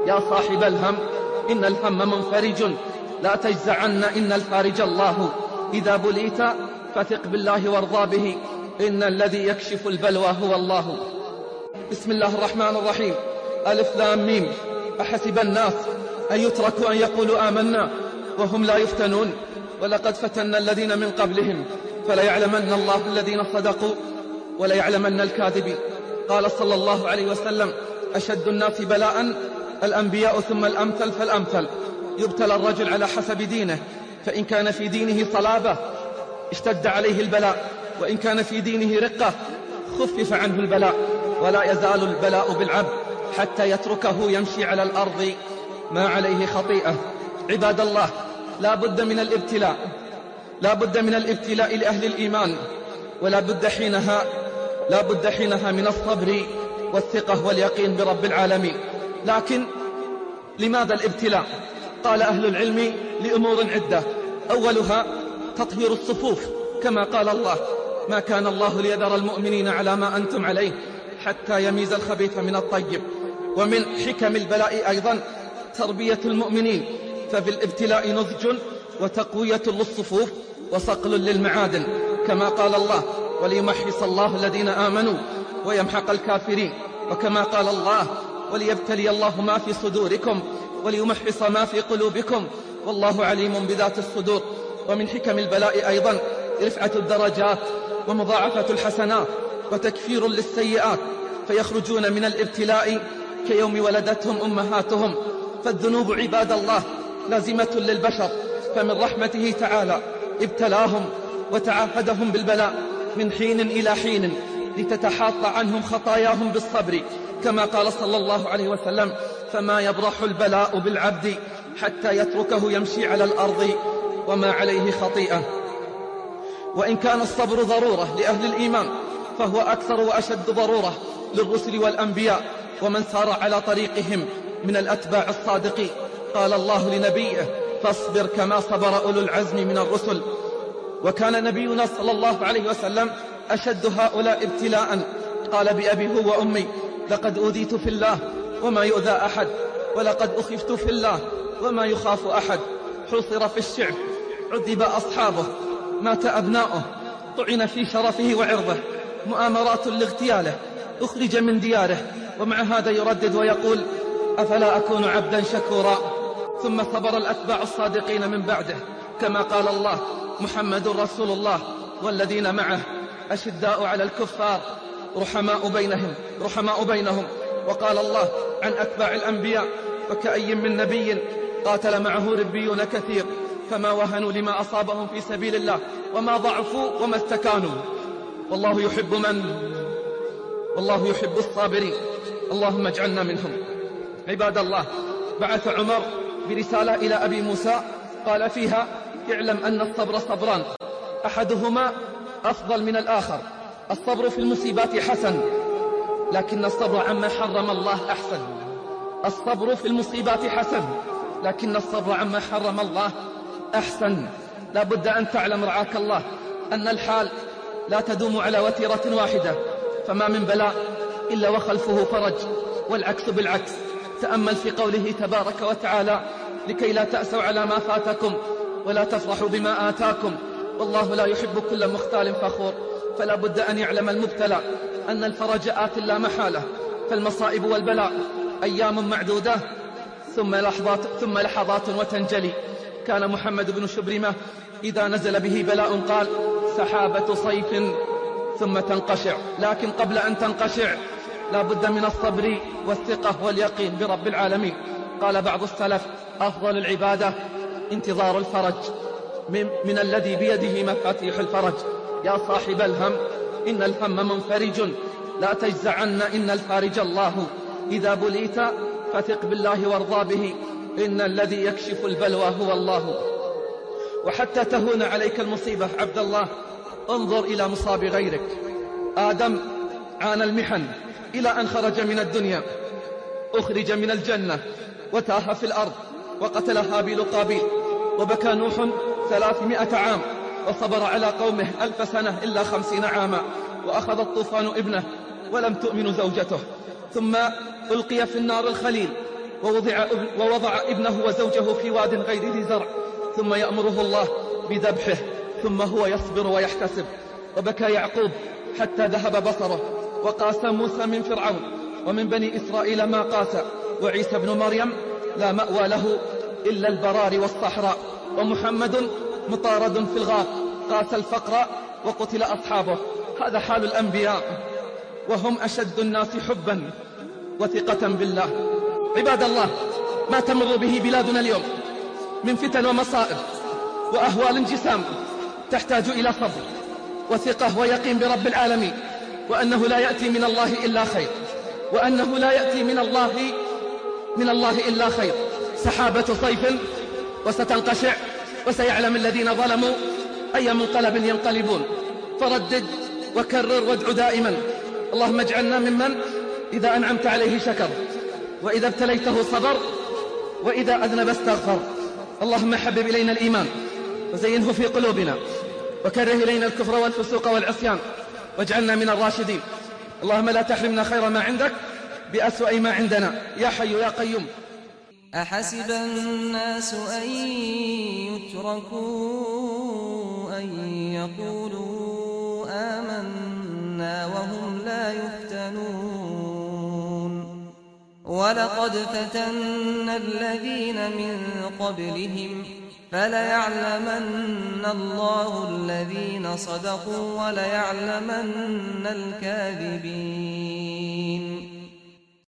يا صاحب الهم إن الهم منفرج، لا تجزعن إن الفارج الله. إذا بليت فثق بالله وارضى به، إن الذي يكشف البلوى هو الله. بسم الله الرحمن الرحيم. ألف لام ميم. أحسب الناس أن يتركوا أن يقولوا آمنا وهم لا يفتنون، ولقد فتنا الذين من قبلهم فليعلمن الله الذين صدقوا وليعلمن الكاذبين. قال صلى الله عليه وسلم: أشد الناس بلاء الأنبياء ثم الأمثل فالأمثل. يبتلى الرجل على حسب دينه، فإن كان في دينه صلابة اشتد عليه البلاء، وإن كان في دينه رقة خفف عنه البلاء. ولا يزال البلاء بالعبد حتى يتركه يمشي على الأرض ما عليه خطيئة. عباد الله، لا بد من الابتلاء، لا بد من الابتلاء لأهل الإيمان، ولا بد حينها من الصبر والثقة واليقين برب العالمين. لكن لماذا الابتلاء؟ قال أهل العلم لأمور عدة. أولها تطهير الصفوف، كما قال الله: ما كان الله ليذر المؤمنين على ما أنتم عليه حتى يميز الخبيث من الطيب. ومن حكم البلاء أيضا تربية المؤمنين، ففي الابتلاء نضج وتقوية للصفوف وصقل للمعادن، كما قال الله: وليمحص الله الذين آمنوا ويمحق الكافرين. وكما قال الله: وليبتلي الله ما في صدوركم وليمحص ما في قلوبكم والله عليم بذات الصدور. ومن حكم البلاء أيضا رفعة الدرجات ومضاعفة الحسنات وتكفير للسيئات، فيخرجون من الابتلاء كيوم ولدتهم أمهاتهم. فالذنوب عباد الله لازمة للبشر، فمن رحمته تعالى ابتلاهم وتعاهدهم بالبلاء من حين إلى حين لتتحاط عنهم خطاياهم بالصبر، كما قال صلى الله عليه وسلم: فما يبرح البلاء بالعبد حتى يتركه يمشي على الأرض وما عليه خطيئة. وإن كان الصبر ضرورة لأهل الإيمان، فهو أكثر وأشد ضرورة للرسل والأنبياء ومن سار على طريقهم من الأتباع الصادقين. قال الله لنبيه: فاصبر كما صبر أولو العزم من الرسل. وكان نبينا صلى الله عليه وسلم أشد هؤلاء ابتلاء. قال بأبي هو وأمي: لقد أوذيت في الله وما يؤذى أحد، ولقد أخفت في الله وما يخاف أحد. حصر في الشعب، عذب أصحابه، مات أبناؤه، طعن في شرفه وعرضه، مؤامرات لاغتياله، أخرج من دياره، ومع هذا يردد ويقول: أفلا أكون عبدا شكورا. ثم صبر الأتباع الصادقين من بعده، كما قال الله: محمد رسول الله والذين معه أشداء على الكفار رحماء بينهم. وقال الله عن أتباع الأنبياء: وكأي من نبي قاتل معه ربيون كثير فما وهنوا لما أصابهم في سبيل الله وما ضعفوا وما استكانوا والله يحب الصابرين. اللهم اجعلنا منهم. عباد الله، بعث عمر برسالة إلى أبي موسى قال فيها: اعلم أن الصبر صبران، أحدهما أفضل من الآخر. الصبر في المصيبات حسن، لكن الصبر عما حرم الله أحسن. الصبر في المصيبات حسن، لكن الصبر عما حرم الله أحسن. لا بد أن تعلم رعاك الله أن الحال لا تدوم على وتيرة واحدة، فما من بلاء إلا وخلفه فرج، والعكس بالعكس. تأمل في قوله تبارك وتعالى: لكي لا تأسوا على ما فاتكم ولا تفرحوا بما آتاكم والله لا يحب كل مختال فخور. فلا بد أن يعلم المبتلى أن الفرج آت لا محالة، فالمصائب والبلاء أيام معدودة ثم لحظات وتنجلي. كان محمد بن شبرمة إذا نزل به بلاء قال: سحابة صيف ثم تنقشع. لكن قبل أن تنقشع لا بد من الصبر والثقة واليقين برب العالمين. قال بعض السلف: أفضل العبادة انتظار الفرج من الذي بيده مفاتيح الفرج. يا صاحب الهم إن الهم منفرج، لا تجزعن إن الفارج الله. إذا بليت فثق بالله وارضى به، إن الذي يكشف البلوى هو الله. وحتى تهون عليك المصيبة عبد الله، انظر إلى مصاب غيرك. آدم عانى المحن إلى أن خرج من الدنيا، أخرج من الجنة وتاه في الأرض، وقتل هابيل قابيل. وبكى نوح 300 عام، وصبر على قومه 1000 سنة إلا 50 عاما، وأخذ الطوفان ابنه ولم تؤمن زوجته. ثم ألقي في النار الخليل ووضع ابنه وزوجه في واد غير ذي زرع، ثم يأمره الله بذبحه، ثم هو يصبر ويحتسب. وبكى يعقوب حتى ذهب بصره، وقاس موسى من فرعون ومن بني إسرائيل ما قاس، وعيسى ابن مريم لا مأوى له إلا البرار والصحراء، ومحمد مطارد في الغار قاس الفقر وقتل أصحابه. هذا حال الأنبياء، وهم أشد الناس حبا وثقة بالله. عباد الله، ما تمر به بلادنا اليوم من فتن ومصائب وأهوال جسام تحتاج إلى صبر وثقة ويقين برب العالمين، وأنه لا يأتي من الله إلا خير، وأنه لا يأتي من الله إلا خير. سحابة صيف وستنقشع، وسيعلم الذين ظلموا أي منقلب ينقلبون. فردد وكرر وادع دائما: اللهم اجعلنا ممن إذا أنعمت عليه شكر، وإذا ابتليته صبر، وإذا أذنب استغفر. اللهم حبب إلينا الإيمان وزينه في قلوبنا، وكره إلينا الكفر والفسوق والعصيان، واجعلنا من الراشدين. اللهم لا تحرمنا خير ما عندك بأسوأ ما عندنا، يا حي يا قيوم. أحسب الناس أن يتركوا أن يقولوا آمنا وهم لا يفتنون؟ ولقد فتنا الذين من قبلهم فليعلمن الله الذين صدقوا وليعلمن الكاذبين.